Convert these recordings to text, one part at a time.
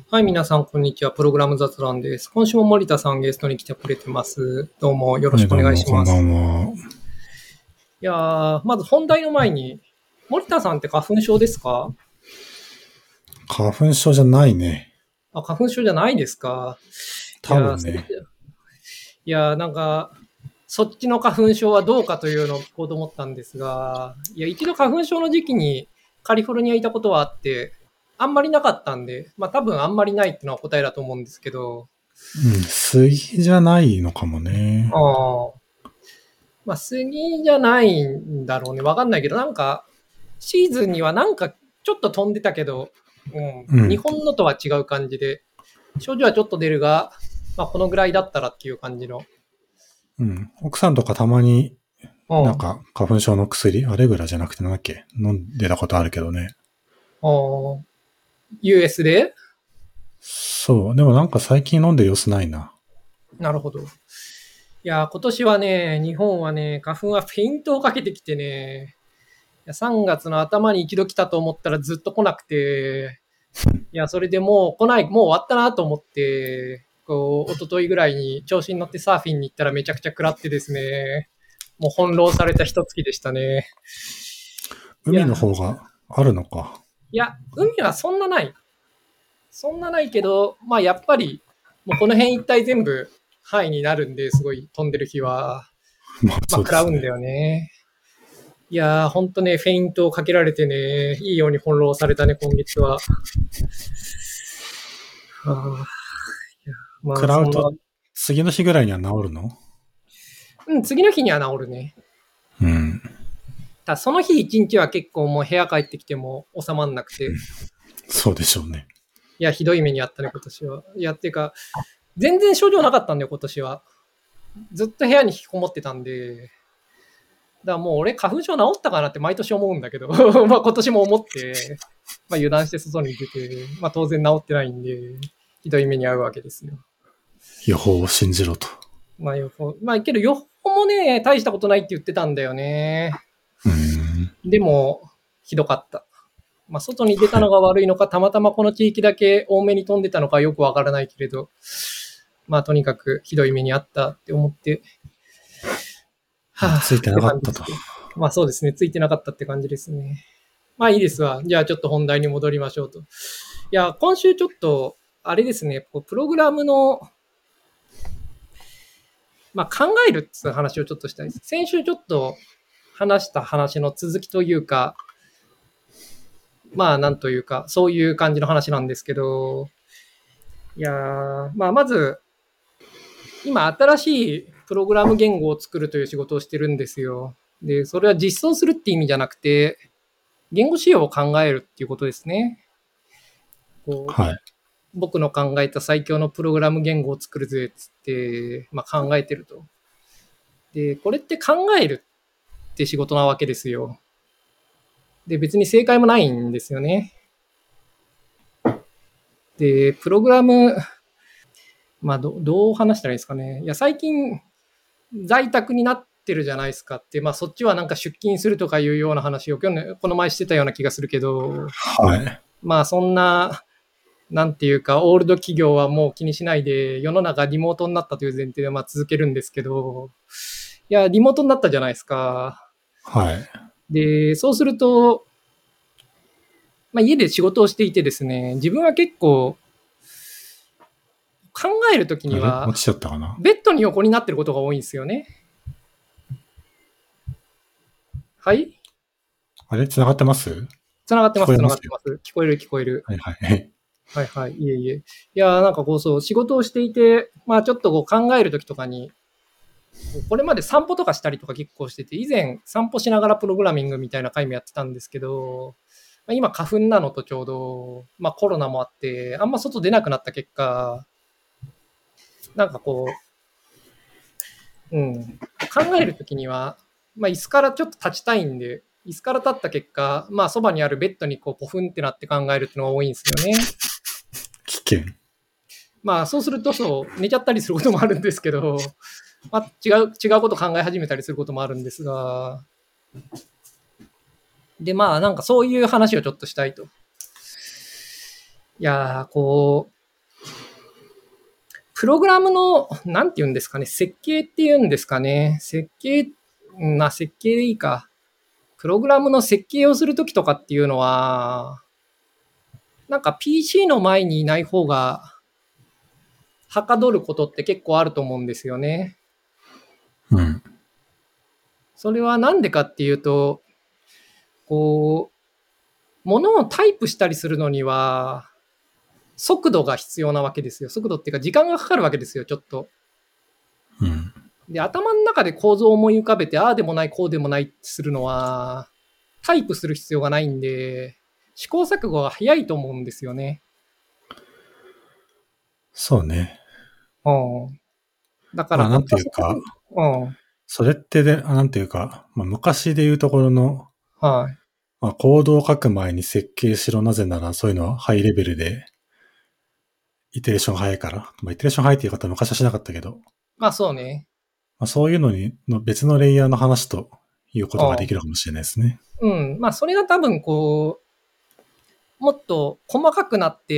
はい、皆さん、こんにちは。プログラム雑談です。今週も森田さんゲストに来てくれてます。どうもよろしくお願いします。 どうも、こんばんは。 いやー、まず本題の前に、森田さんって花粉症ですか？ 花粉症じゃないね。 あ、花粉症じゃないですか？いやー、 多分ね。 なんか、そっちの花粉症はどうかというのを聞こうと思ったんですが、いや、一度花粉症の時期にカリフォルニアいたことはあって、あんまりなかったんで、まあ多分あんまりないっていうのは答えだと思うんですけど、 杉じゃないのかもね。 ああ。まあ、杉じゃないんだろうね。わかんないけど、なんか、シーズンにはなんかちょっと飛んでたけど、日本のとは違う感じで、症状はちょっと出るが、まあ、このぐらいだったらっていう感じの。 奥さんとかたまにうん。 花粉症の薬、アレグラじゃなくてなんだっけ飲んでたことあるけどね。 US で。 そう。でも最近飲んでる様子ないな。 なるほど。いや、今年はね、日本はね、花粉はフェイントをかけてきてね、3月の頭に一度来たと思ったらずっと来なくて、それでもう来ない、もう終わったなと思って、一昨日ぐらいに調子に乗ってサーフィンに行ったらめちゃくちゃ食らってですね、もう翻弄された一月でしたね。い海のや、 方があるのか。 海はそんなない。そんなないけど、まあやっぱり、もうこの辺一帯全部範囲になるんで、すごい飛んでる日は、 まあまあそうですね。 食らうんだよね。ほんとね、フェイントをかけられてね、いいように翻弄されたね、今月は。はあ、まあそんな、 食らうと次の日ぐらいには治るの？ 次の日には治るね。 うん。 その日一日は結構もう部屋帰ってきても収まんなくて、 そうでしょうね。 ひどい目にあったね、今年は。っていうか、全然症状なかったんだよ、今年は。ずっと部屋に引きこもってたんで、だからもう俺花粉症治ったかなって毎年思うんだけど、まあ今年も思って、まあ油断して外に出て、まあ当然治ってないんで、ひどい目に遭うわけですよ。 予報を信じろと。 けど予報もね、大したことないって言ってたんだよね。 うん。 でも、ひどかった。まあ、外に出たはい。 のが悪いのか、たまたまこの地域だけ多めに飛んでたのかよくわからないけれど、まあ、とにかくひどい目にあったって思って、はぁ、 ついてってなかったと。 感じです。まあそうですね、ついてなかったって感じですね。まあいいですわ。じゃあちょっと本題に戻りましょうと。今週ちょっと、あれですね、プログラムの、まあ考えるっていう話をちょっとしたいです。先週ちょっと話した話の続きというか、まあなんというか、そういう感じの話なんですけど、まあまず、今新しいプログラム言語を作るという仕事をしてるんですよ。で、それは実装するって意味じゃなくて、言語仕様を考えるっていうことですね。こうはい。 僕の考えた最強のプログラム言語を作るぜっつって、まあ、考えてると。で、これって考えるって仕事なわけですよ。で、別に正解もないんですよね。で、プログラム、まあどう話したらいいですかね。最近、在宅になってるじゃないですかって、まあそっちはなんか出勤するとかいうような話をこの前してたような気がするけど、 はい。 まあそんな、なんていうか、オールド企業はもう気にしないで、世の中リモートになったという前提でまあ続けるんですけど、リモートになったじゃないですか。 はい。 で、そうすると、まあ、家で仕事をしていてですね、自分は結構考えるときには、 あれ落ちちゃったかな？ ベッドに横になってることが多いんですよね。はい。 あれ繋がってます？ つながってます、つな聞こえますよ。 がってます。聞こえる、聞こえる。 はいはい。 はいはい。いえいえ。なんかそう、仕事をしていて、まあちょっと考えるときとかに、これまで散歩とかしたりとか結構してて、以前散歩しながらプログラミングみたいな回もやってたんですけど、まあ、今花粉なのとちょうど、まあコロナもあって、あんま外出なくなった結果、なんか考えるときには、まあ椅子からちょっと立ちたいんで、椅子から立った結果、まあそばにあるベッドにポフンってなって考えるっていうのが多いんですよね。 危険。 まあそうすると寝ちゃったりすることもあるんですけど、まあ違うこと考え始めたりすることもあるんですが、で、まあなんかそういう話をちょっとしたいと。 プログラムの、なんて言うんですかね、設計っていうんですかね、設計でいいか。プログラムの設計をするときとかっていうのは、なんか PC の前にいない方が、はかどることって結構あると思うんですよね。 うん。 それはなんでかっていうと、こう、ものをタイプしたりするのには、速度が必要なわけですよ。速度っていうか時間がかかるわけですよ、ちょっと。 うん。 で、頭の中で構造を思い浮かべて、ああでもない、こうでもないってするのは、タイプする必要がないんで、試行錯誤が早いと思うんですよね。 そうね。 うん。だからまあ、なん僕ていうか、 はそこで、うん。 それってで、なんていうか、まあ、昔で言うところの、 はい。 まあ、コードを書く前に設計しろ、なぜならそういうのはハイレベルで、イテレーションが早いから。まあ、イテレーション早いっていう方は昔はしなかったけど、 まあそうね。 まあ、そういうのに、の別のレイヤーの話ということがでうん。 きるかもしれないですね。 うん。まあそれが多分こう、もっと細かくなって、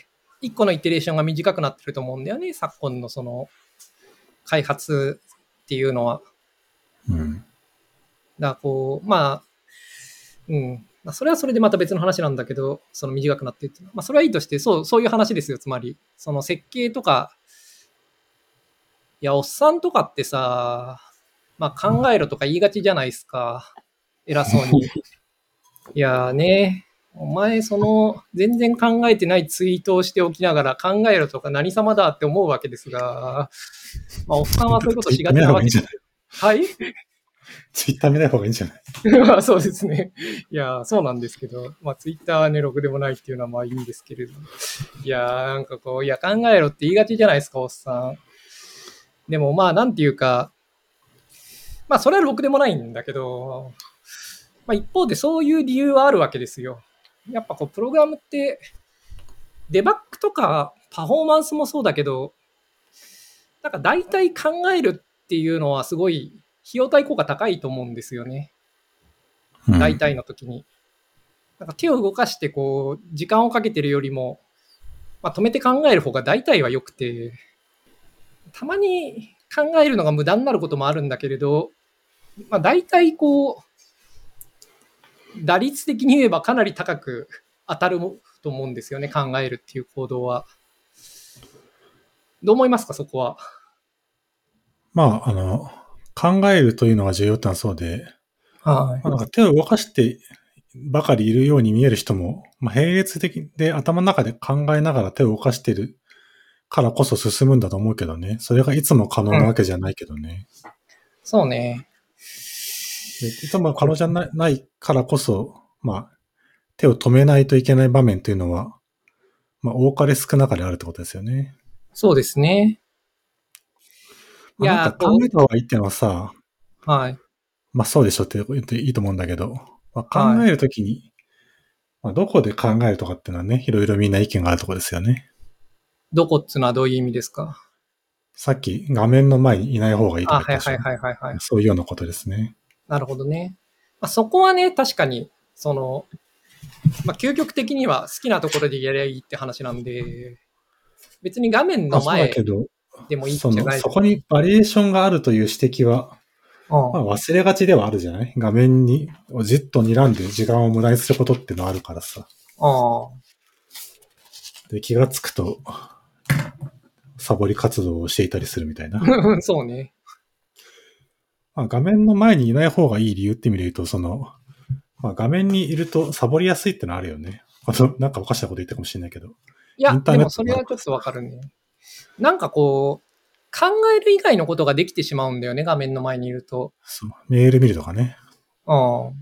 一個のイテレーションが短くなってると思うんだよね。昨今のその開発っていうのは。 うん。 だからこう、まあ、うん。それはそれでまた別の話なんだけど、その短くなってっていうのは。まあ、それはいいとして、そういう話ですよ、つまり。その設計とか、いや、おっさんとかってさ、まあ考えろとか言いがちじゃないですか。偉そうに。いやーね、お前その、全然考えてないツイートをしておきながら考えろとか何様だって思うわけですが、まあ、おっさんはそういうことしがちツイッター見ないなわけですよ。 方がいいんじゃない？ はい。 ツイッター見ない方がいいんじゃない？ まあそうですね。いや、そうなんですけど、まあツイッターはね、ろくでもないっていうのはまあいいんですけれど。いやなんかこう、いや、考えろって言いがちじゃないですか、おっさん。でもまあ、なんていうか、まあそれはろくでもないんだけど、まあ一方でそういう理由はあるわけですよ。やっぱこう、プログラムって、デバッグとかパフォーマンスもそうだけど、なんか大体考えるっていうのはすごい費用対効果高いと思うんですよね。大うん。 体の時に。なんか手を動かしてこう、時間をかけてるよりも、まあ、止めて考える方が大体は良くて、たまに考えるのが無駄になることもあるんだけれど、まあ、大体こう、打率的に言えばかなり高く当たると思うんですよね、考えるっていう行動は。どう思いますか、そこは。 まあ、考えるというのが重要ってのはそうで、 はい。 まあ、なんか手を動かしてばかりいるように見える人も、まあ、並列的で頭の中で考えながら手を動かしてるからこそ進むんだと思うけどね。それがいつも可能うん。 なわけじゃないけどね。 そうね。 でいつも可能じゃないからこそ、まあ、手を止めないといけない場面というのは、まあ、多かれ少なかれあるってことですよね。 そうですね。いまあ、なんやー、 か考こえた方がいいっていうのはさ、 う、はい。 まあそうでしょって言っていいと思うんだけど、まあ、考はい。 えるときに、まあ、どこで考えるとかっていうのはね、いろいろみんな意見があるところですよね。 どこっつうのはどういう意味ですか？ さっき画面の前にいない方がいいとあ、 か言ったでしょ？ はいはいはいはいはい。 そういうようなことですね。 なるほどね。まあ、そこはね、確かに、その、まあ、究極的には好きなところでやりゃいいって話なんで、別に画面まあそうだの前けど、 でもいいっちゃないです。 そこにバリエーションがあるという指摘は、 うん。 まあ忘れがちではあるじゃない？画面にじっと睨んで時間を無駄にすることってのはあるからさ。 あで、気がつくと、サボり活動をしていたりするみたいな。 あ。そうね。 まあ、画面の前にいない方がいい理由って意味で言うと、まあ、画面にいるとサボりやすいってのはあるよね。なんかおかしなこと言ったかもしれないけど。 いや、 インターでネットもあるもそれはちょっとわかるね。なんかこう、考える以外のことができてしまうんだよね、画面の前にいると。 そう。メール見るとかね。 うん。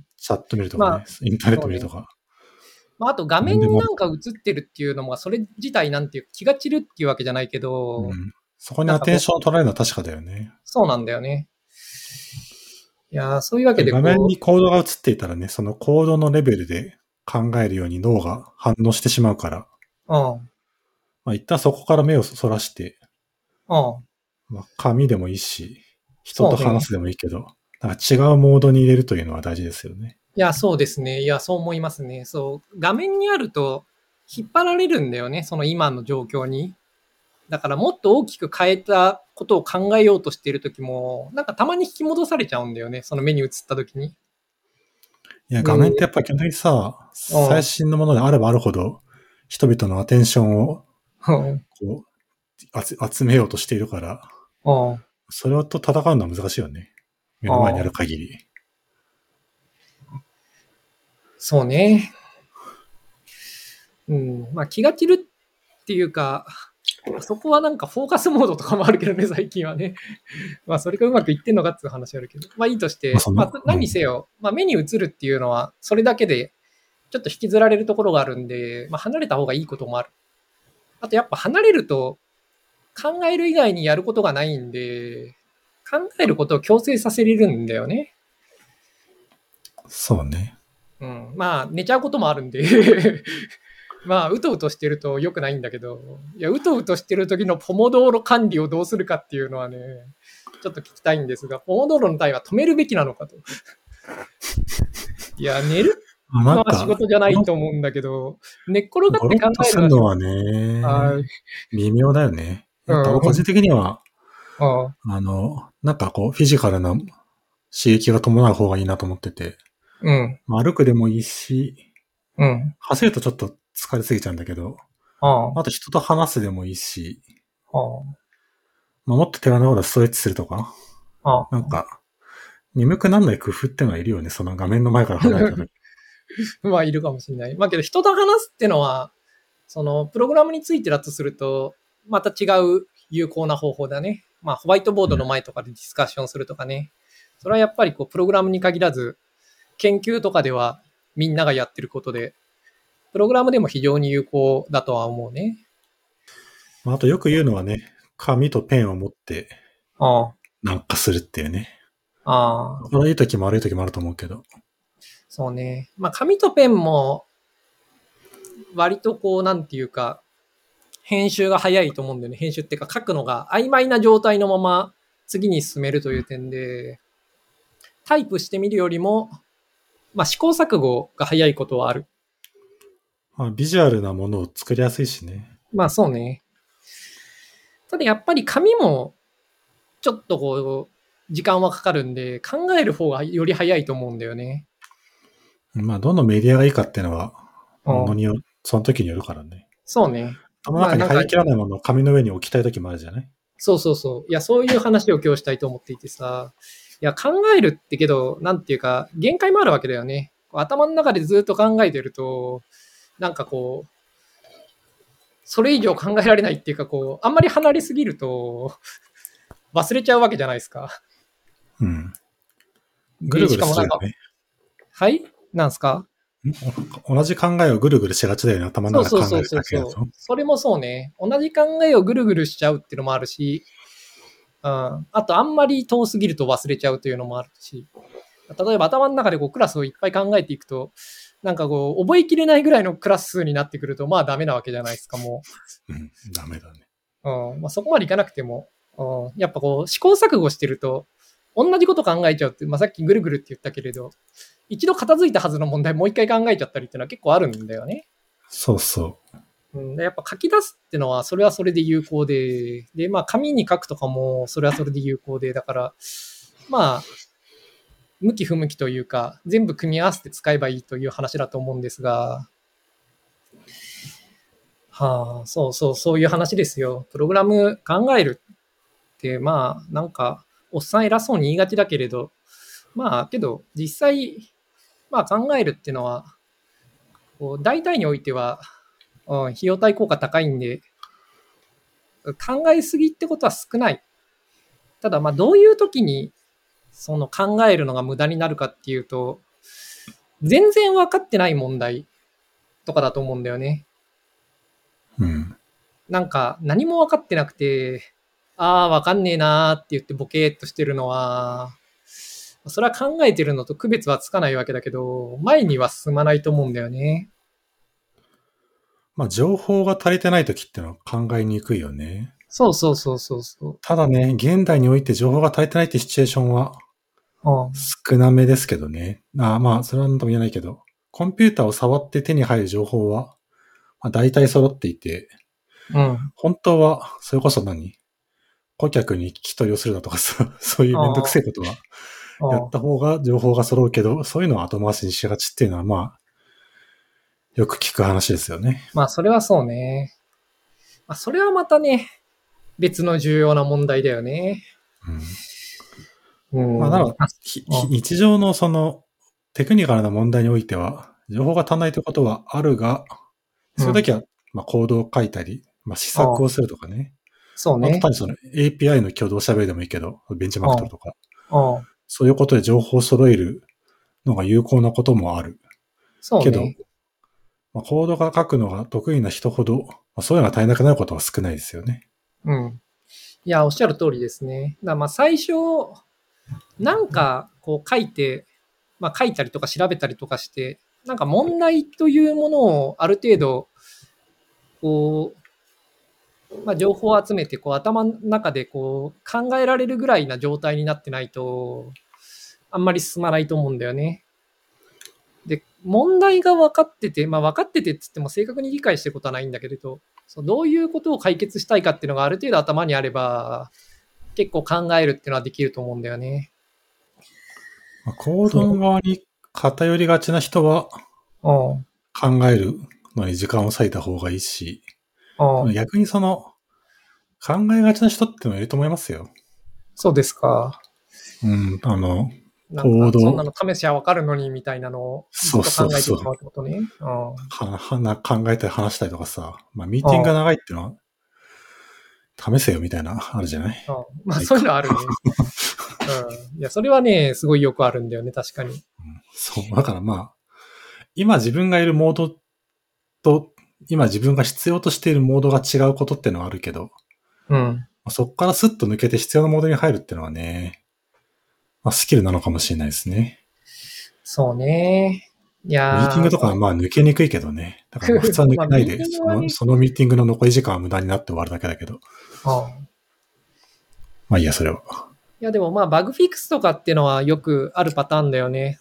チャット見るとかね。 まあ、 インターネッそうね。 ト見るとか。 まあ、あと画面何でもある。 になんか映ってるっていうのも、それ自体なんていう気が散るっていうわけじゃないけど、 うん。そこになんかこう、 アテンションを取られるのは確かだよね。 そうなんだよね。いやー、そういうわけで画面こにコードが映っていたらね、そのコードのレベルで考えるように脳が反応してしまうから、 う、うん、 まあ、一旦そこから目をそらして、 うん、 まあ、紙でもいいし、人そうね。 と話すでもいいけど、なんか違うモードに入れるというのは大事ですよね。 いや、そうですね。いや、そう思いますね。そう、画面にあると引っ張られるんだよね、その今の状況に。 だからもっと大きく変えたことを考えようとしているときも、なんかたまに引き戻されちゃうんだよね。その目に映ったときに。 いや、 で、 画面ってやっぱ基本的にさ、最新のものであればあるほど、人々のアテンションをこう集めようとしているから、それと戦うのは難しいよね。目の前にある限り。 そうね。まあ気が散るっていうか、そこはなんかフォーカスモードとかもあるけどね、最近はね。まあそれがうまくいってんのかっていう話あるけど。まあいいとして、まあ何にせよ、まあ目に映るっていうのは、それだけでちょっと引きずられるところがあるんで、まあ離れた方がいいこともある。あとやっぱ離れると考える以外にやることがないんで、考えることを強制させれるんだよね。 そうね。 まあ寝ちゃうこともあるんでまあ、うとうとしてると良くないんだけど、いや、うとうとしてる時のポモドーロ管理をどうするかっていうのはね、ちょっと聞きたいんですが、ポモドーロの単位は止めるべきなのかと。いや、寝るのは仕事じゃないと思うんだけど、寝っ転がって考えるのはね、微妙だよね。やっぱ個人的には、なんかこう、フィジカルな刺激が伴う方がいいなと思ってて、まあ、歩くでもいいし、走るとちょっと疲れすぎちゃうんだけど、あと人と話すでもいいし、まあ、もっと手軽な方だストレッチするとか、なんか、眠くならない工夫ってのはいるよね、その画面の前から離れた時。 まあ、いるかもしれない。まあ、けど人と話すってのは、その、プログラムについてだとすると、また違う有効な方法だね。まあ、ホワイトボードの前とかでディスカッションするとかね。それはやっぱりこう、プログラムに限らず、研究とかではみんながやってることで、プログラムでも非常に有効だとは思うね。 あとよく言うのはね、紙とペンを持って、なんかするっていうね。これはいい時も悪い時もあると思うけど。 そうね。まあ、紙とペンも、割とこう、なんていうか、編集が早いと思うんだよね。編集っていうか書くのが曖昧な状態のまま次に進めるという点で、タイプしてみるよりも、まあ、試行錯誤が早いことはある。 まあ、ビジュアルなものを作りやすいしね。 まあそうね。ただやっぱり紙もちょっとこう時間はかかるんで、考える方がより早いと思うんだよね。 まあどのメディアがいいかっていうのは、ものによる、その時によるからね。 そうね。 その中に入りきらないものを紙の上に置きたい時もあるじゃない？ そうそうそう。いや、そういう話を今日したいと思っていてさ。いや、考えるってけど、なんていうか、限界もあるわけだよね。頭の中でずっと考えてると、なんかこう、それ以上考えられないっていうか、こう、あんまり離れすぎると、忘れちゃうわけじゃないですか。 ぐるぐるするよね。 はいなんすか？ 同じ考えをぐるぐるしがちだよね、頭の中で考えるだけだと。 それもそうね。同じ考えをぐるぐるしちゃうっていうのもあるし、あとあんまり遠すぎると忘れちゃうというのもあるし、例えば頭の中でこうクラスをいっぱい考えていくと、なんかこう、覚えきれないぐらいのクラス数になってくると、まあダメなわけじゃないですか、もう。ダメだね。 まあ、そこまでいかなくても、やっぱこう、試行錯誤してると、同じこと考えちゃうって、まあさっきぐるぐるって言ったけれど、一度片付いたはずの問題もう一回考えちゃったりっていうのは結構あるんだよね。 そうそう。 やっぱ書き出すってのは、それはそれで有効で、で、まあ紙に書くとかも、それはそれで有効で、だから、まあ、向き不向きというか、全部組み合わせて使えばいいという話だと思うんですが、そういう話ですよ。プログラム考えるって、まあ、なんか、おっさん偉そうに言いがちだけれど、まあ、けど、実際、まあ考えるっていうのは、こう大体においては、費用対効果高いんで、考えすぎってことは少ない。ただ、まあ、どういう時に、その考えるのが無駄になるかっていうと、全然分かってない問題とかだと思うんだよね。なんか、何も分かってなくて、分かんねえなーって言ってボケーっとしてるのは、それは考えてるのと区別はつかないわけだけど、前には進まないと思うんだよね。 まあ、情報が足りてない時ってのは考えにくいよね。 そう。 ただね、現代において情報が足りてないってシチュエーションは少なめですけどね。まあ、それは何とも言えないけど、コンピューターを触って手に入る情報は、まあ、大体揃っていて、 うん。 本当は、それこそ顧客に聞き取りをするだとかさ、そういうめんどくせえことはやった方が情報が揃うけど、そういうのは後回しにしがちっていうのはまあ、よく聞く話ですよね。 まあ、それはそうね。まあ、それはまたね、別の重要な問題だよね。 うん。まあ、だから、日常のその、テクニカルな問題においては、情報が足んないということはあるが、そういう時は、まあ、コードを書いたり、まあ、試作をするとかね。 そうね。 あと単にその API の挙動調べでもいいけど、ベンチマーク取るとか。そういうことで情報を揃えるのが有効なこともある。 そうね。 けど、まあ、コードが書くのが得意な人ほど、まあ、そういうのが足りなくなることは少ないですよね。 うん。いや、おっしゃる通りですね。だまあ最初、なんかこう書いて、まあ書いたりとか調べたりとかして、なんか問題というものをある程度、こう、まあ情報を集めて、こう頭の中でこう考えられるぐらいな状態になってないと、あんまり進まないと思うんだよね。で、問題が分かってて、まあ分かっててって言っても正確に理解してることはないんだけれど、そうどういうことを解決したいかっていうのがある程度頭にあれば、結構考えるっていうのはできると思うんだよね。 コードの側に偏りがちな人は、考えるのに時間を割いた方がいいし、逆にその、考えがちな人ってのもいると思いますよ。 そうですか。 うん、コード。そんなの試しはわかるのにみたいなのをずっと考えてしまうってことね。 考えたり話したりとかさ、まあミーティングが長いっていうのは、試せよみたいな、あるじゃない？ まあそういうのあるね。いや、それはね、すごいよくあるんだよね、確かに。 そう、だからまあ、今自分がいるモードと、今自分が必要としているモードが違うことってのはあるけど、そこからスッと抜けて必要なモードに入るってのはね、まあスキルなのかもしれないですね。 そうね。いやミーティングとかはまあ抜けにくいけどね。だから普通は抜けないで、そのミーティングの残り時間は無駄になって終わるだけだけど。まあいいや、それは。 いや、でもまあバグフィックスとかっていうのはよくあるパターンだよね。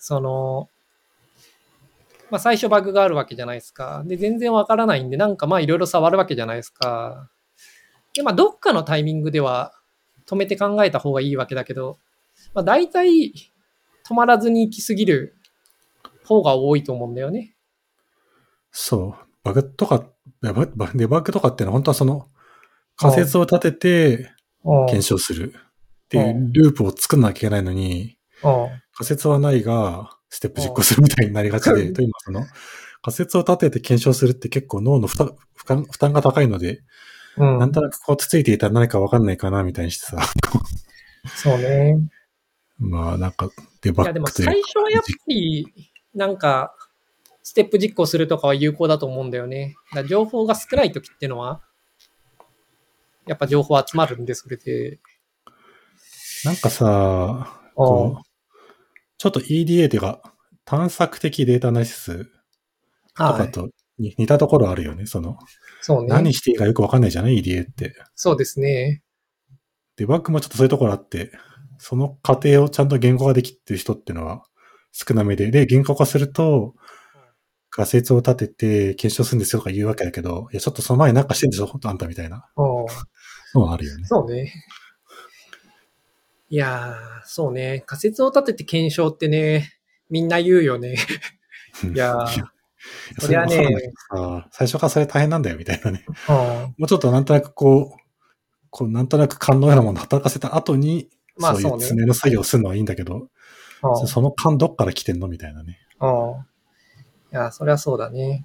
まあ最初バグがあるわけじゃないですか。で、全然わからないんで、なんかまあいろいろ触るわけじゃないですか。で、まあどっかのタイミングでは止めて考えた方がいいわけだけど、まあ大体止まらずに行き過ぎる方が多いと思うんだよね。 そう。バグとか、デバッグとかってのは本当はその仮説を立てて検証するっていうループを作んなきゃいけないのに、仮説はないがステップ実行するみたいになりがちで、というのはその仮説を立てて検証するって結構脳の負担が高いので、なんとなくこうつついていたら何かわかんないかなみたいにしてさ。 そうね。 まあなんかデバッグというか。いやでも最初はやっぱりなんかステップ実行するとかは有効だと思うんだよね。だ情報が少ない時ってのはやっぱ情報集まるんで、それで。 なんかさ、こう、ちょっと EDA というか探索的データアナリシスとかと似たところあるよね。 そうね。 何していいかよくわかんないじゃない ?EDA って。 そうですね。 デバッグもちょっとそういうところあって、その過程をちゃんと言語化できてる人っていうのは少なめで、で、言語化すると、仮説を立てて検証するんですよとか言うわけだけど、いや、ちょっとその前になんかしてんでしょあんたみたいなのはあるよね。 そうね。いやー、そうね。仮説を立てて検証ってね、みんな言うよね。いやー、 それはね、最初からそれ大変なんだよみたいなね。もうちょっとなんとなくこうなんとなく勘のようなものを働かせた後に、そういう詰めの作業をするのはいいんだけど、その勘どっから来てんのみたいなね。 いや、それはそうだね。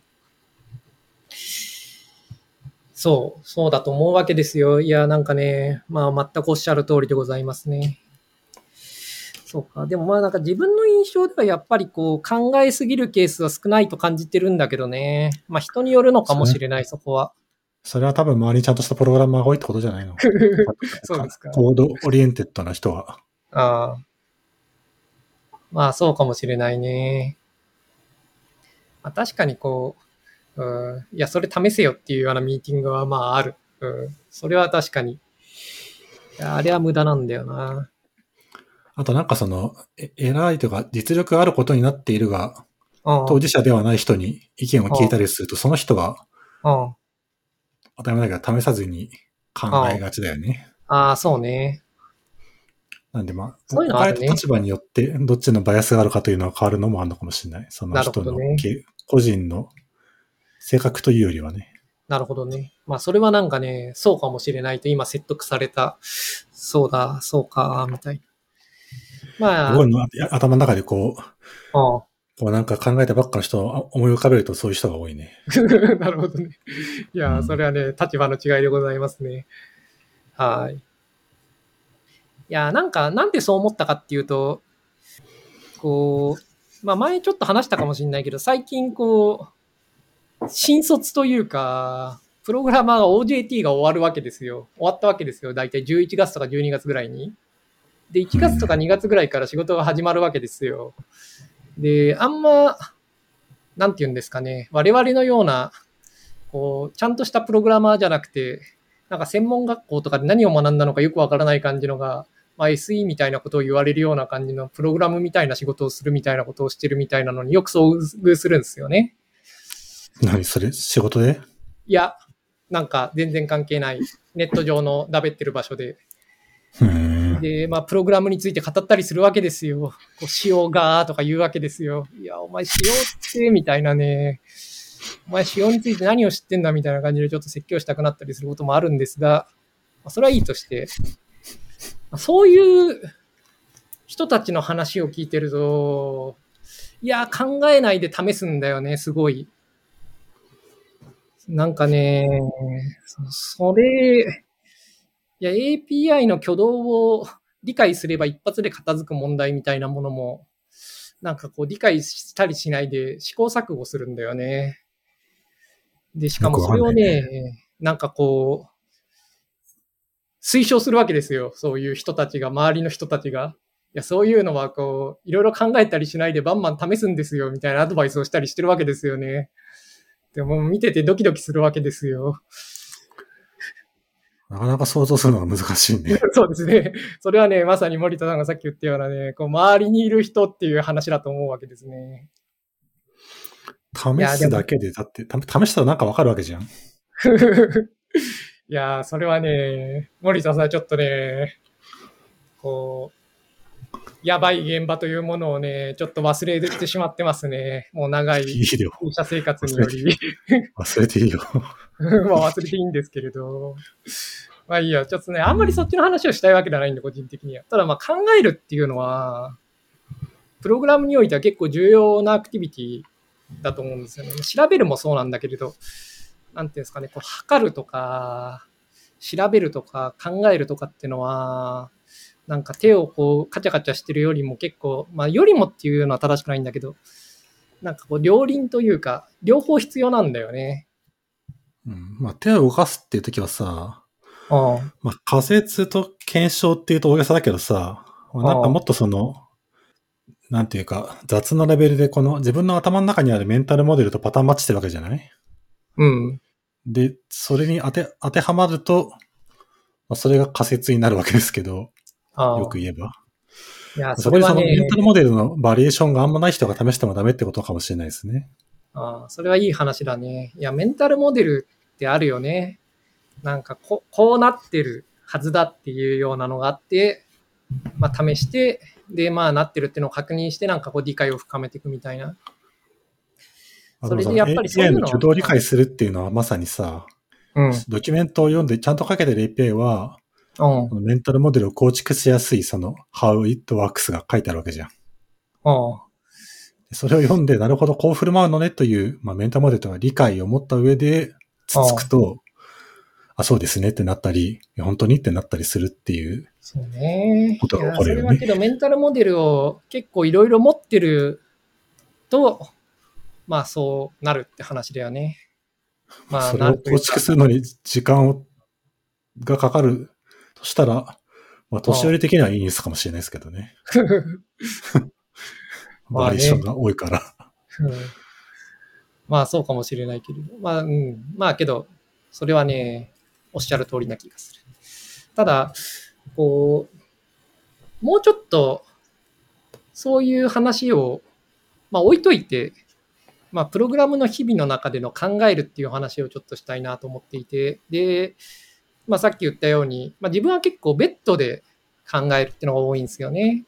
そうだと思うわけですよ。いや、なんかね、まあ全くおっしゃる通りでございますね。そうか。でもまあなんか自分の印象ではやっぱりこう考えすぎるケースは少ないと感じてるんだけどね。まあ人によるのかもしれない、そこは。 それは多分周りにちゃんとしたプログラマーが多いってことじゃないの？ そうですか。 コードオリエンテッドな人は。 ああ。まあそうかもしれないね。まあ、確かにこう、いや、それ試せよっていうようなミーティングはまあある。それは確かに。いや、あれは無駄なんだよな。 あとなんか偉いというか実力があることになっているが、当事者ではない人に意見を聞いたりすると、その人が、 当たり前だけど試さずに考えがちだよね。 ああ、そうね。 なんでまあ、 そういうの置かれた立場によってどっちのバイアスがあるかというのは変わるのもあるのかもしれない。その人の、個人の性格というよりはね。 なるほどね。まあそれはなんかね、そうかもしれないと今説得された。そうだ、そうか、みたいな。まあ。 僕の頭の中でこうなんか考えたばっかの人を思い浮かべるとそういう人が多いね。 なるほどね。いや、それはね、立場の違いでございますね。はい。いや、なんでそう思ったかっていうと、まあ前ちょっと話したかもしれないけど、最近新卒というか、プログラマーが OJT が終わるわけですよ。終わったわけですよ。だいたい11月とか12月ぐらいに。で、1月とか2月ぐらいから仕事が始まるわけですよ。で、あんま、なんて言うんですかね。我々のような、ちゃんとしたプログラマーじゃなくて、なんか専門学校とかで何を学んだのかよくわからない感じのが、まあ、SE みたいなことを言われるような感じのプログラムみたいな仕事をするみたいなことをしてるみたいなのによく遭遇するんですよね。 何それ仕事で？ いや、なんか全然関係ないネット上のだべってる場所で。で、まあ、プログラムについて語ったりするわけですよ。仕様がとか言うわけですよ。いや、お前仕様ってみたいなね。お前仕様について何を知ってんだみたいな感じでちょっと説教したくなったりすることもあるんですが、それはいいとして、そういう人たちの話を聞いてると、いや、考えないで試すんだよね、すごい。なんかね、それ、いや、API の挙動を理解すれば一発で片付く問題みたいなものも、なんか理解したりしないで試行錯誤するんだよね。で、しかもそれをね、なんか推奨するわけですよ。そういう人たちが、周りの人たちが。いや、そういうのはいろいろ考えたりしないでバンバン試すんですよ、みたいなアドバイスをしたりしてるわけですよね。でも見ててドキドキするわけですよ。 なかなか想像するのが難しいね。 そうですね。それはね、まさに森田さんがさっき言ったようなね、周りにいる人っていう話だと思うわけですね。 試すだけで、だって、試したらなんかわかるわけじゃん。いや、それはね、森田さんちょっとね、やばい現場というものをね、ちょっと忘れてしまってますね。もう長い社生活により。 忘れていいよ。 まあ忘れていいんですけれど。まあいいや、ちょっとね、あんまりそっちの話をしたいわけではないんで、個人的には。ただまあ考えるっていうのは、プログラムにおいては結構重要なアクティビティだと思うんですよね。調べるもそうなんだけれど、なんていうんですかね、測るとか、調べるとか考えるとかっていうのは、なんか手をカチャカチャしてるよりも結構、まあよりもっていうのは正しくないんだけど、なんか両輪というか、両方必要なんだよね。 まあ手を動かすっていう時はさ、まあ仮説と検証っていうと大げさだけどさ、なんかもっとなんていうか、雑なレベルで自分の頭の中にあるメンタルモデルとパターンマッチしてるわけじゃない？ うん。 で、それに当てはまると、それが仮説になるわけですけど、よく言えば。 いや、 そこでそのメンタルモデルのバリエーションがあんまない人が試してもダメってことかもしれないですね。 それはいい話だね。いや、メンタルモデルってあるよね。なんかこうなってるはずだっていうようなのがあって、まあ試して、で、まあなってるっていうのを確認して、なんか理解を深めていくみたいな。 それでやっぱりそういうの。API の挙動を理解するっていうのはまさにさ、ドキュメントを読んでちゃんと書けてる API は、メンタルモデルを構築しやすいhow it works が書いてあるわけじゃん。それを読んで、なるほど、こう振る舞うのねという、まあ、メンタルモデルとか理解を持った上で、つつくと、そうですねってなったり、本当にってなったりするっていうことが起こるよね。 それはけど、メンタルモデルを結構いろいろ持ってると、まあそうなるって話だよね。 まあ、それを構築するのに時間がかかるとしたら、まあ、年寄り的にはいいニュースかもしれないですけどね。バリエーションが多いから。 まあそうかもしれないけれど。まあけど、それはね、おっしゃる通りな気がする。ただ、もうちょっと、そういう話を、まあ置いといて、 まあ、プログラムの日々の中での考えるっていう話をちょっとしたいなと思っていて、で、まあ、さっき言ったように、まあ、自分は結構ベッドで考えるっていうのが多いんですよね。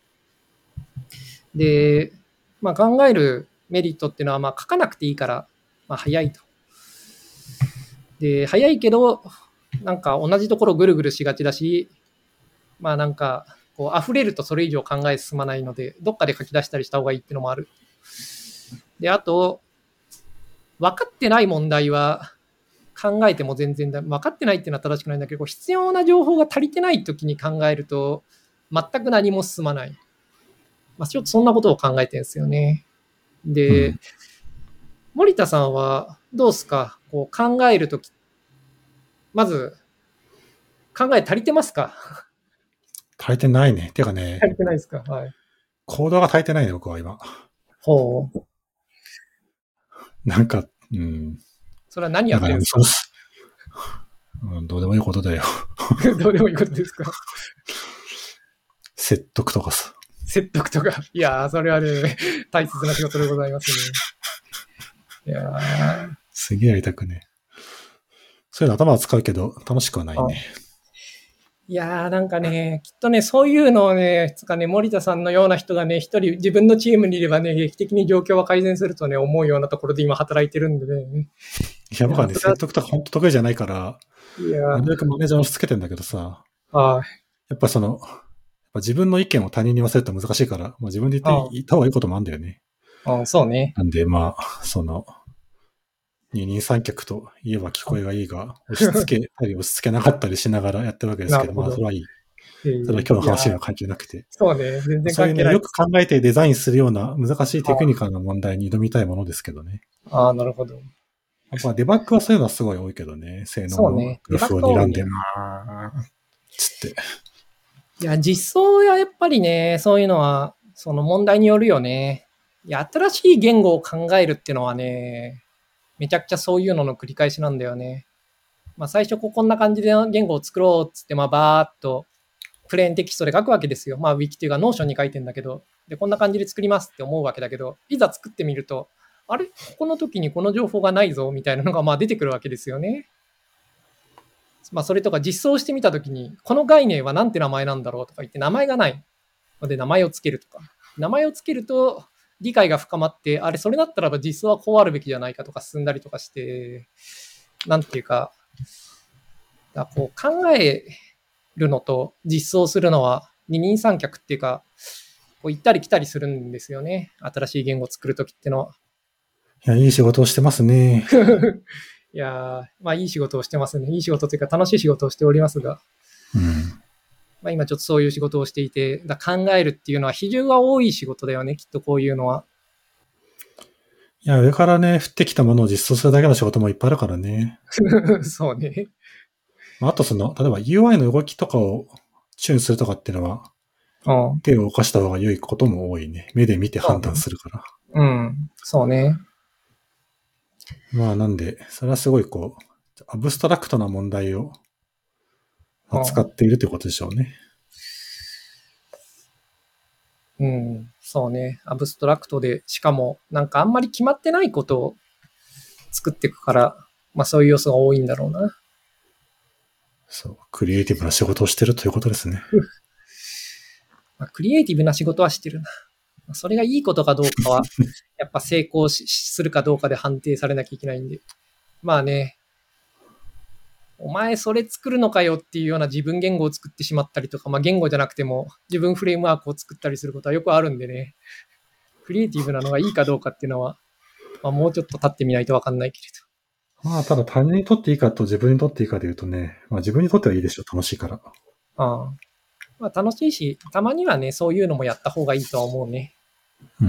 で、まあ、考えるメリットっていうのは、まあ、書かなくていいから、まあ、早いと。で、早いけど、なんか同じところぐるぐるしがちだし、まあなんか、こう溢れるとそれ以上考え進まないので、どっかで書き出したりした方がいいっていうのもある。で、あと、分かってない問題は考えても全然分かってないっていうのは正しくないんだけど、必要な情報が足りてない時に考えると、全く何も進まない。まあ、ちょっとそんなことを考えてるんですよね。で、森田さんはどうですか？こう考えるとき、まず、考え足りてますか？ 足りてないね。てかね、 足りてないですか？はい。 行動が足りてないね、僕は今。 ほう。 なんか、 それは何やなんかね、 ってるんですか？ どうでもいいことだよ。 どうでもいいことですか？ 説得とかさ。 説得とか。いやー、それはね、大切な仕事でございますね。いやー。 すげえやりたくね。そういうの頭は使うけど、楽しくはないね。 いやー、なんかね、きっとね、そういうのをね、つかね、森田さんのような人がね、一人自分のチームにいればね、劇的に状況は改善するとね、思うようなところで今働いてるんでね。 いや、僕はね、説得とか本当得意じゃないから、 いやなるべくマネージャーを押し付けてんだけどさ、 あやっぱ自分の意見を他人に言わせると難しいから、まあ、自分で言った方がいいこともあるんだよね。 そうね。 なんで、まあ、二人三脚と言えば聞こえがいいが、押し付けたり押し付けなかったりしながらやってるわけですけど、まあ、それはいい。それは今日の話には関係なくて。 そうね、全然そういうね、 関係ない。 よく考えてデザインするような難しいテクニカルな問題に挑みたいものですけどね。 ああ、なるほど。 まあ、デバッグはそういうのはすごい多いけどね。性能のグラフを睨んで、つって。 いや、実装はやっぱりね、そういうのは、その問題によるよね。いや、新しい言語を考えるっていうのはね、めちゃくちゃそういうのの繰り返しなんだよね。まあ、最初こんな感じで言語を作ろうっつって、まあ、バーっとプレーンテキストで書くわけですよ。まあ、ウィキっていうかノーションに書いてんだけど、で、こんな感じで作りますって思うわけだけど、いざ作ってみると、あれここの時にこの情報がないぞみたいなのがまあ出てくるわけですよね。まあ、それとか実装してみた時に、この概念はなんて名前なんだろうとか言って名前がないので名前をつけるとか。名前をつけると理解が深まって、あれ、それだったらば実装はこうあるべきじゃないかとか進んだりとかして、なんていうか、こう考えるのと実装するのは二人三脚っていうか、こう行ったり来たりするんですよね。新しい言語を作るときってのは。 いや、いい仕事をしてますね。 いやまあいい仕事をしてますね。いい仕事というか楽しい仕事をしておりますが。まあ、今ちょっとそういう仕事をしていて、考えるっていうのは比重が多い仕事だよね、きっとこういうのは。 いや、上からね、降ってきたものを実装するだけの仕事もいっぱいあるからね。 そうね。 あと例えば UI の動きとかをチューンするとかっていうのは、手を動かした方が良いことも多いね。目で見て判断するから。 うん、そうね。 まあなんで、それはすごいアブストラクトな問題を扱っているということでしょうね。 うん、そうね。アブストラクトで、しかもなんかあんまり決まってないことを作っていくから、まあそういう要素が多いんだろうな。 そう、クリエイティブな仕事をしてるということですね。 まあ、クリエイティブな仕事はしてるな。それがいいことかどうかは、やっぱ成功するかどうかで判定されなきゃいけないんで。まあね、お前それ作るのかよっていうような自分言語を作ってしまったりとか、まあ言語じゃなくても自分フレームワークを作ったりすることはよくあるんでね、クリエイティブなのがいいかどうかっていうのは、まあ、もうちょっと経ってみないと分かんないけれど。まあただ他人にとっていいかと自分にとっていいかで言うとね、まあ自分にとってはいいでしょ、楽しいから。 まあ楽しいし、たまにはね、そういうのもやった方がいいとは思うね。 うん。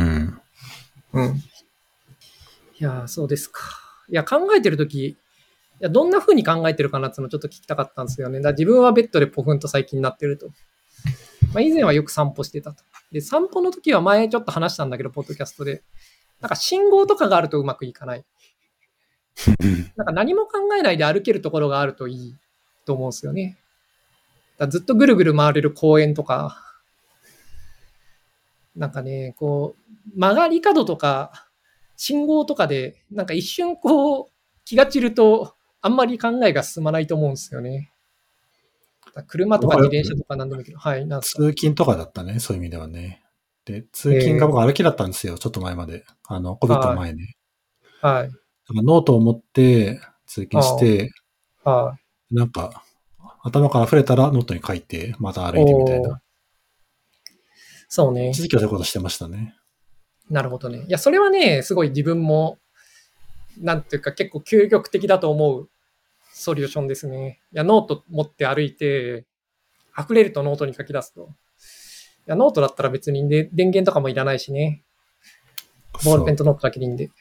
いや、そうですか。いや、考えてるとき、どんな風に考えてるかなっていうのをちょっと聞きたかったんですよね。自分はベッドでポフンと最近なってると。まあ、以前はよく散歩してたと。で、散歩の時は前ちょっと話したんだけど、ポッドキャストで。なんか信号とかがあるとうまくいかない。なんか何も考えないで歩けるところがあるといいと思うんですよね。ずっとぐるぐる回れる公園とか、なんかね、こう、曲がり角とか、 信号とかで、なんか一瞬こう、気が散ると、あんまり考えが進まないと思うんですよね。車とか自転車とか何でもいいけど、はい、なんすか。 通勤とかだったね、そういう意味ではね。で、通勤が僕歩きだったんですよ、ちょっと前まで。COVID 前に。 はい。 ノートを持って通勤して、なんか、頭から溢れたらノートに書いて、また歩いてみたいな。 そうね。 一時期はそういうことしてましたね。 なるほどね。いや、それはね、すごい自分も、なんていうか結構究極的だと思うソリューションですね。いや、ノート持って歩いて、溢れるとノートに書き出すと。いや、ノートだったら別に、ね、電源とかもいらないしね。ボールペンとノートだけでいいんで。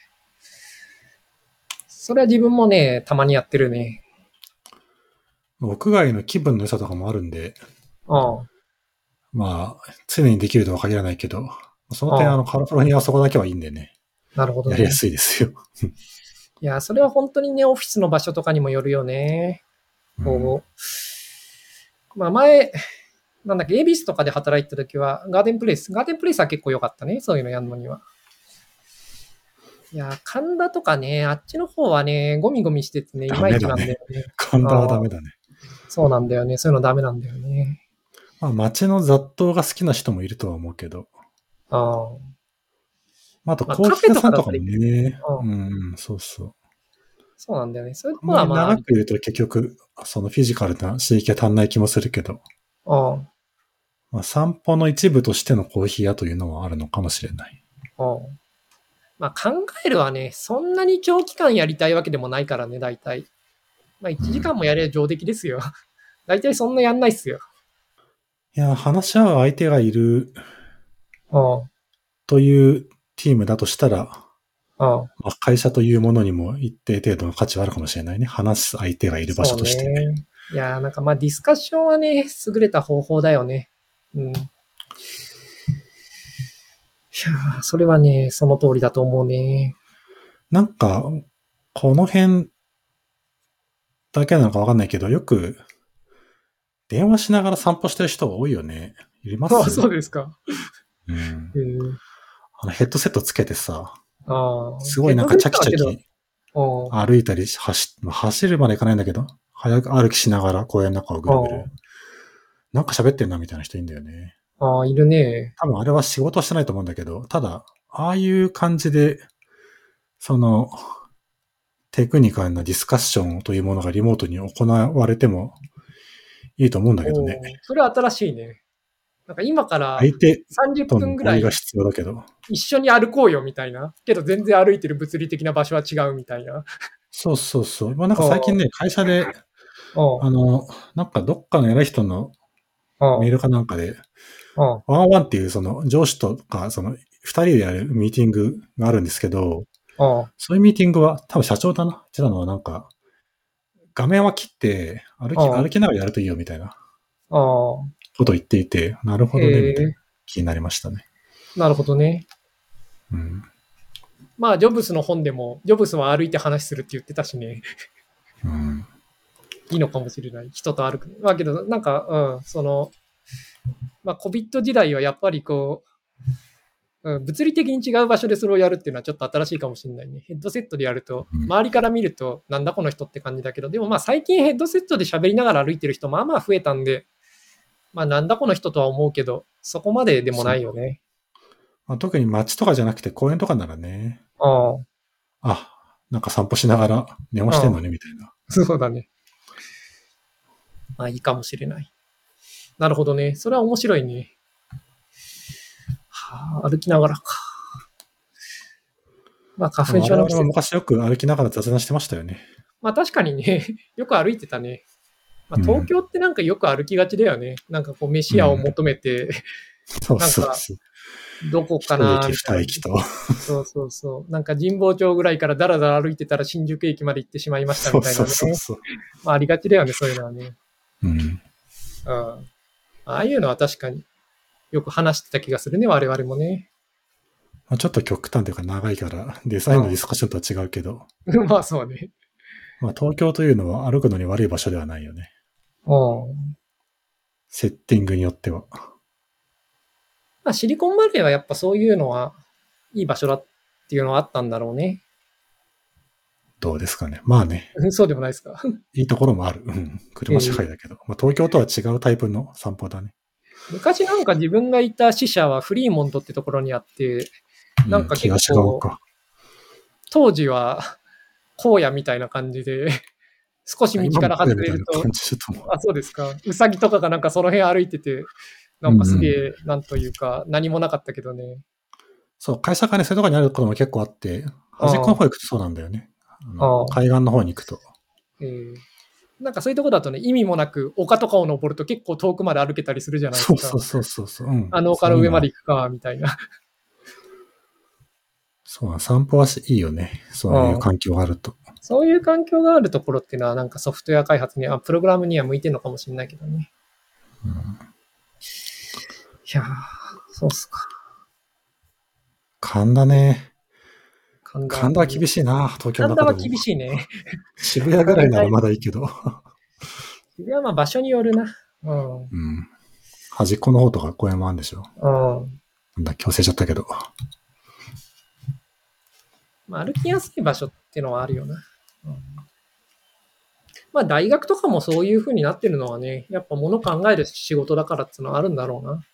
それは自分もね、たまにやってるね。 屋外の気分の良さとかもあるんで、 ああまあ、常にできるとは限らないけど、その点、カラフルにはそこだけはいいんでね。 なるほど、ね。 やりやすいですよ。 いや、それは本当にね、オフィスの場所とかにもよるよね。こう、まあ前、なんだっけ、エビスとかで働いてた時は、ガーデンプレイスは結構良かったね。そういうのやるのには。いや、神田とかね、あっちの方はね、ゴミゴミしててね、いまいちなんだよね。 神田はダメだね。 そうなんだよね。そういうのダメなんだよね。 まあ、街の雑踏が好きな人もいるとは思うけど。あと、コーヒー屋さんとかもね。そうそう。 そうなんだよね。そういうところはまあ。長く言うと結局、そのフィジカルな刺激が足んない気もするけど。まあ、散歩の一部としてのコーヒー屋というのはあるのかもしれない。 まあ、考えるはね、そんなに長期間やりたいわけでもないからね、大体。まあ、1時間もやれば上出来ですよ。大体そんなやんないっすよ。 いや、話し合う相手がいるというチームだとしたら、まあ、会社というものにも一定程度の価値はあるかもしれないね。話す相手がいる場所としてね。 いや、なんかまあディスカッションはね、優れた方法だよね。いや、それはね、その通りだと思うね。 なんか、この辺だけなのかわかんないけど、よく、電話しながら散歩してる人が多いよね。います？ あ、そうですか。 ヘッドセットつけてさ、すごいなんかチャキチャキ歩いたり走るまでいかないんだけど、早く歩きしながら公園の中をぐるぐる。なんか喋ってんなみたいな人いるんだよね。 いるね。 多分あれは仕事してないと思うんだけど、ただ、ああいう感じで、その、テクニカルなディスカッションというものがリモートに行われてもいいと思うんだけどね。 それは新しいね。なんか今から 30 分ぐらいが必要だけど。 一緒に歩こうよみたいな。けど全然歩いてる物理的な場所は違うみたいな。 そうそうそう。まあなんか最近ね、会社で、なんかどっかの偉い人のメールかなんかで、ワンワンっていうその上司とか、その二人でやるミーティングがあるんですけど、そういうミーティングは多分社長だな。言ってたのはなんか、画面は切って歩きながらやるといいよみたいなことを言っていて、なるほどね、みたいな気になりましたね。 なるほどね。まあ、ジョブスの本でも、ジョブスは歩いて話するって言ってたしね。いいのかもしれない。人と歩く。まあけど、なんか、まあ、COVID 時代はやっぱりこう、物理的に違う場所でそれをやるっていうのはちょっと新しいかもしれないね。ヘッドセットでやると、周りから見ると、なんだこの人って感じだけど、でもまあ最近ヘッドセットで喋りながら歩いてる人、まあまあ増えたんで、まあなんだこの人とは思うけど、そこまででもないよね。 まあ、特に街とかじゃなくて公園とかならね。なんか散歩しながら電話してんのね、みたいな。 そうだね。まあいいかもしれない。なるほどね。それは面白いね。歩きながらか。まあ花粉症の季節。 昔よく歩きながら雑談してましたよね。 まあ確かにね、よく歩いてたね。まあ、東京ってなんかよく歩きがちだよね。なんかこう飯屋を求めて、なんかどこかな。 一駅二駅と。 そうそうそう。なんか神保町ぐらいからだらだら歩いてたら新宿駅まで行ってしまいましたみたいなね。まあありがちだよね、そういうのはね。ああいうのは確かによく話してた気がするね、我々もね。 まあ、ちょっと極端というか長いから、デザインのディスカッションとは違うけど。 まあそうね。 まあ東京というのは歩くのに悪い場所ではないよね。セッティングによっては。 まあシリコンバレーはやっぱそういうのはいい場所だっていうのはあったんだろうね。 どうですかね。まあね。 そうでもないですか。 いいところもある。うん。車社会だけど。まあ、東京とは違うタイプの散歩だね。 昔なんか自分がいた支社はフリーモントってところにあって、なんか結構、当時は荒野みたいな感じで、少し道から外れると、あ、そうですか。ウサギとかがなんかその辺歩いてて、なんかすげえ、なんというか、何もなかったけどね。 そう、会社がね、そういうところにあることも結構あって、端っこの方行くとそうなんだよね。海岸の方に行くと。 なんかそういうとこだとね、意味もなく丘とかを登ると結構遠くまで歩けたりするじゃないですか。 そう。うん、 あの丘の上まで行くか、みたいな。 そう、散歩はいいよね。そういう環境があると。 そういう環境があるところっていうのは、なんかソフトウェア開発には、プログラムには向いてるのかもしれないけどね。 うん、いやー、そうっすか。 神田ね。神田は厳しいな、東京の中でも。 神田は厳しいね。 渋谷ぐらいならまだいいけど。 渋谷はまあ場所によるな。うん。 端っこの方とか公園もあるんでしょ。なんだ、強制しちゃったけど。 まあ、歩きやすい場所っていうのはあるよな。まあ、大学とかもそういう風になってるのはね、やっぱ物考える仕事だからっていうのはあるんだろうな。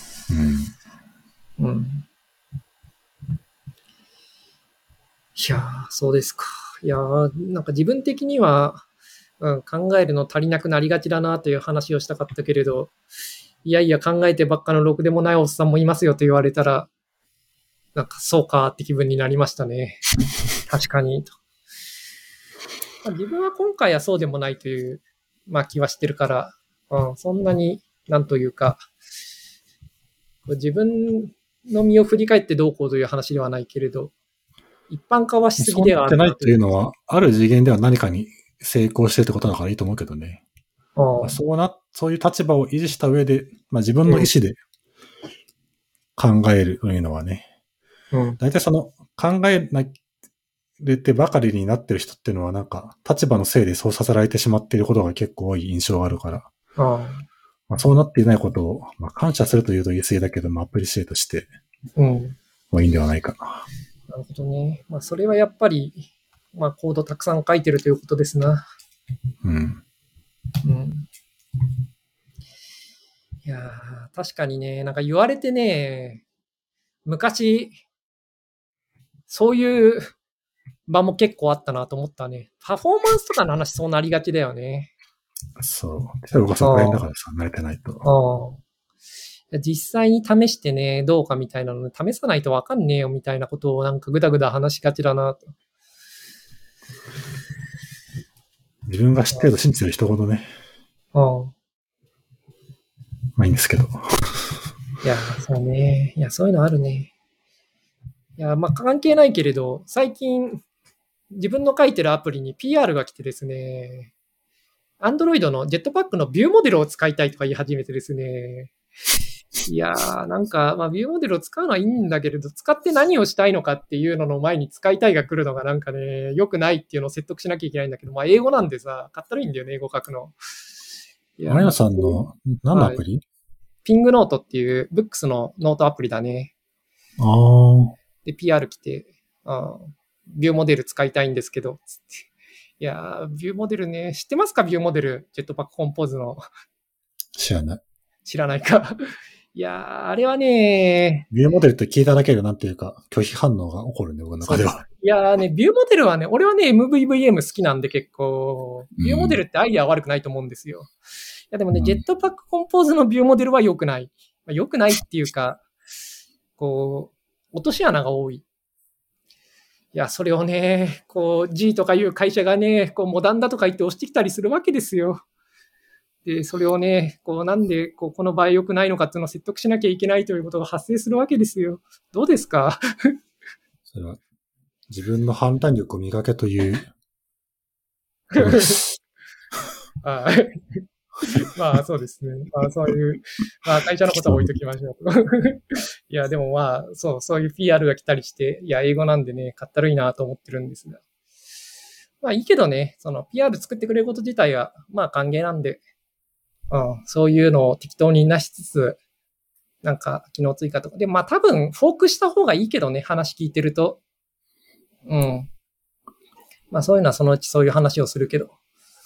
いやー、そうですか。いやー、なんか自分的には、考えるの足りなくなりがちだなという話をしたかったけれど、いやいや考えてばっかのろくでもないおっさんもいますよと言われたら、なんかそうかって気分になりましたね。確かにと。まあ、自分は今回はそうでもないという、まあ、気はしてるから、そんなになんというか、自分の身を振り返ってどうこうという話ではないけれど、一般化はしすぎではあるなそうなってないっていうのは、ある次元では何かに成功してるってことだからいいと思うけどね。そういう立場を維持した上で、まあ、自分の意思で考えるというのはね、大体その考えなれてばかりになってる人っていうのはなんか立場のせいでそうさせられてしまっていることが結構多い印象があるから、まあ、そうなっていないことを、まあ、感謝するというと言い過ぎだけど、まあ、アプリシエイトして、もいいんではないかな。 なるほどね。まあ、それはやっぱり、まあ、コードたくさん書いてるということですな。いやー、確かにね、なんか言われてね、昔、そういう場も結構あったなと思ったね。パフォーマンスとかの話そうなりがちだよね。 そう。それこそ大変だからさ、慣れてないと。 実際に試してね、どうかみたいなので、試さないとわかんねえよみたいなことをなんかぐだぐだ話しがちだなと。 自分が知ってると信じてる人ほどね。まあいいんですけど。 いや、そうね。いや、そういうのあるね。いや、まあ関係ないけれど、最近、自分の書いてるアプリに PR が来てですね、Android のジェットパックのビューモデルを使いたいとか言い始めてですね、いやー、なんか、まあ、ビューモデルを使うのはいいんだけれど、使って何をしたいのかっていうのの前に使いたいが来るのがなんかね、良くないっていうのを説得しなきゃいけないんだけど、まあ、英語なんでさ、かったるいんだよね、英語書くの。 マヤさんの何のアプリ、 ピングノートっていうブックスのノートアプリだね。で、PR 来て、ビューモデル使いたいんですけど、つって。いやー、ビューモデルね、知ってますかビューモデル。ジェットパックコンポーズの。 知らない。 知らないか。いやー、あれはね、 ビューモデルって聞いただけでなんていうか、拒否反応が起こるね、僕の中では。 いやーね、ビューモデルはね、俺はね、MVVM 好きなんで結構、ビューモデルってアイデアは悪くないと思うんですよ。いやでもね、ジェットパックコンポーズのビューモデルは良くない。良くないっていうか、こう、落とし穴が多い。いや、それをね、こう、G とかいう会社がね、こう、モダンだとか言って押してきたりするわけですよ。で、それをね、こう、なんで、この場合良くないのかっていうのを説得しなきゃいけないということが発生するわけですよ。どうですか？ それは、自分の判断力を磨けという。 まあ、そうですね。まあ、そういう、まあ、会社のことは置いときましょう。いや、でもまあ、そういう PR が来たりして、いや、英語なんでね、かったるいなと思ってるんですが。まあ、いいけどね、その PR 作ってくれること自体は、まあ、歓迎なんで、そういうのを適当になしつつ、なんか、機能追加とか。で、まあ、多分、フォークした方がいいけどね、話聞いてると。 うん。まあそういうのはそのうちそういう話をするけど。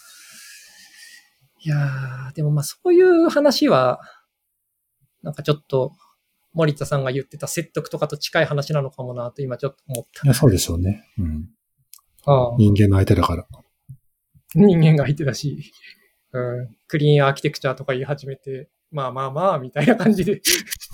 いやー、でもまあそういう話は、なんかちょっと、森田さんが言ってた説得とかと近い話なのかもなと今ちょっと思った。 いや、そうでしょうね。うん。 ああ、 人間の相手だから。 人間が相手だし、うん、クリーンアーキテクチャとか言い始めて、まあまあまあ、みたいな感じで。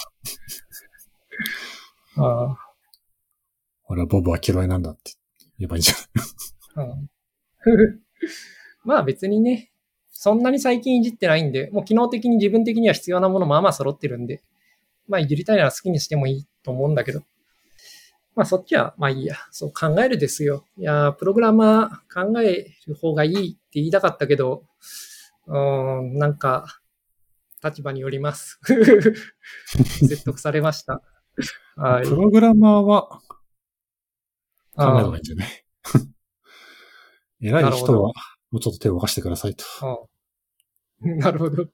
ああ、 俺はボブは嫌いなんだって言えばいいじゃん。 うん、まあ別にね、そんなに最近いじってないんで、もう機能的に自分的には必要なものまあまあ揃ってるんで、まあいじりたいなら好きにしてもいいと思うんだけど、まあそっちはまあいいや。そう考えるですよ。いや、プログラマー考える方がいいって言いたかったけど、なんか立場によります。説得されました。はい。 プログラマーは考えればいいんじゃない？偉い人はもうちょっと手を動かしてくださいと。 なるほど。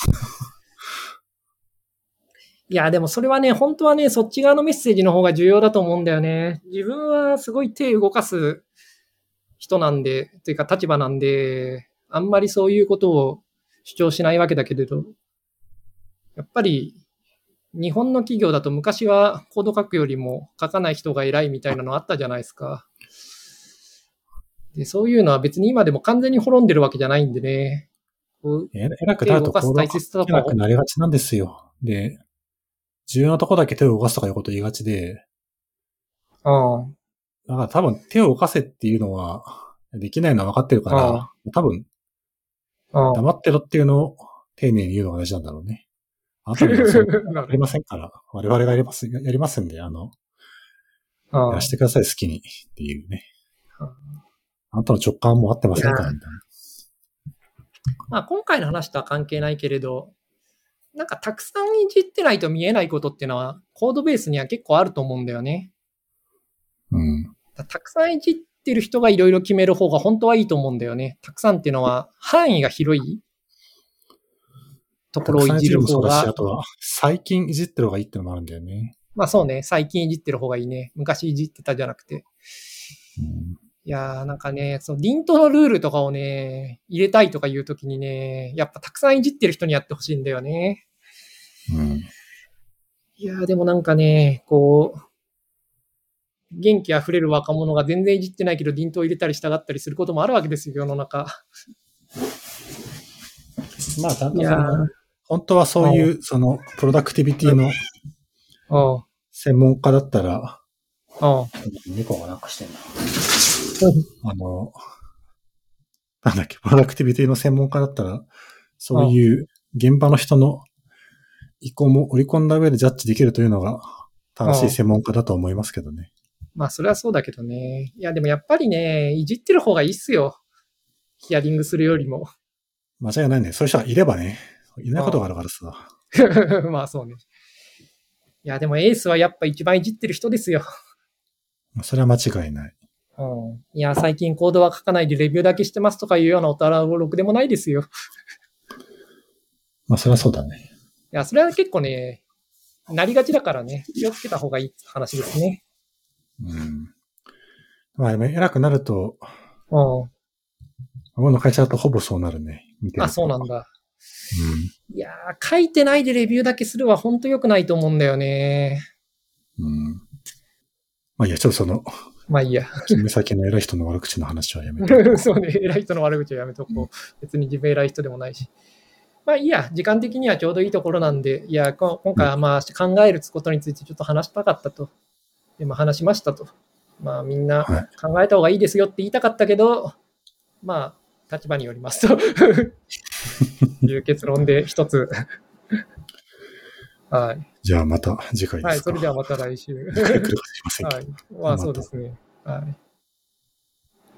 いや、でもそれはね、本当はね、そっち側のメッセージの方が重要だと思うんだよね。自分はすごい手を動かす人なんで、というか立場なんで、あんまりそういうことを主張しないわけだけれど、やっぱり日本の企業だと昔はコード書くよりも書かない人が偉いみたいなのあったじゃないですか。で、そういうのは別に今でも完全に滅んでるわけじゃないんでね。 偉くなるとコード書けなくなりがちなんですよ。で、重要なとこだけ手を動かすとかいうこと言いがちで、だから多分手を動かせっていうのはできないのは分かってるから、多分黙ってろっていうのを丁寧に言うのが大事なんだろうね。あなたにはそうやりませんから、我々がやりますんで、やらしてください、好きにっていうね。あなたの直感も合ってませんから、みたいな。 まあ今回の話とは関係ないけれど、なんかたくさんいじってないと見えないことっていうのはコードベースには結構あると思うんだよね。 うん。 たくさんいじってる人がいろいろ決める方が本当はいいと思うんだよね。たくさんっていうのは範囲が広いところをいじる方が。 あとは最近いじってる方がいいってのもあるんだよね。 まあそうね、最近いじってる方がいいね。昔いじってたじゃなくて。いやーなんかね、そのリントのルールとかをね、入れたいとかいうときにね、やっぱたくさんいじってる人にやってほしいんだよね。いやーでもなんかね、こう、元気あふれる若者が全然いじってないけど、リントを入れたりしたがったりすることもあるわけですよ、世の中。 まあ、ちゃんと本当はそういう、プロダクティビティの専門家だったら、猫がなんかしてんな。なんだっけ、プロダクティビティの専門家だったら、そういう現場の人の意向も織り込んだ上でジャッジできるというのが正しい専門家だと思いますけどね。 まあ、それはそうだけどね。いや、でもやっぱりね、いじってる方がいいっすよ。ヒアリングするよりも。 間違いないね。そういう人がいればね、いないことがあるからさ。 まあそうね。いや、でもエースはやっぱ一番いじってる人ですよ。 それは間違いない。 いや、最近コードは書かないでレビューだけしてますとかいうようなおたらをろくでもないですよ。 まあ、それはそうだね。 いや、それは結構ね、なりがちだからね、気をつけた方がいい話ですね。 まあ、でも偉くなると、僕の会社だとほぼそうなるね。 あ、そうなんだ。いやー、書いてないでレビューだけするは本当良くないと思うんだよね。 まあいいや、ちょっとまあいいや。 勤務先の偉い人の悪口の話はやめて。 そうね、偉い人の悪口はやめとこう。別に自分偉い人でもないし。まあいいや、時間的にはちょうどいいところなんで、いや、今回はまあ考えることについてちょっと話したかったと。でも話しましたと。まあみんな考えた方がいいですよって言いたかったけど、まあ立場によりますという結論で一つ。はい。 じゃあまた次回ですか。 はい、それではまた来週。 はい。 まあそうですね。はい。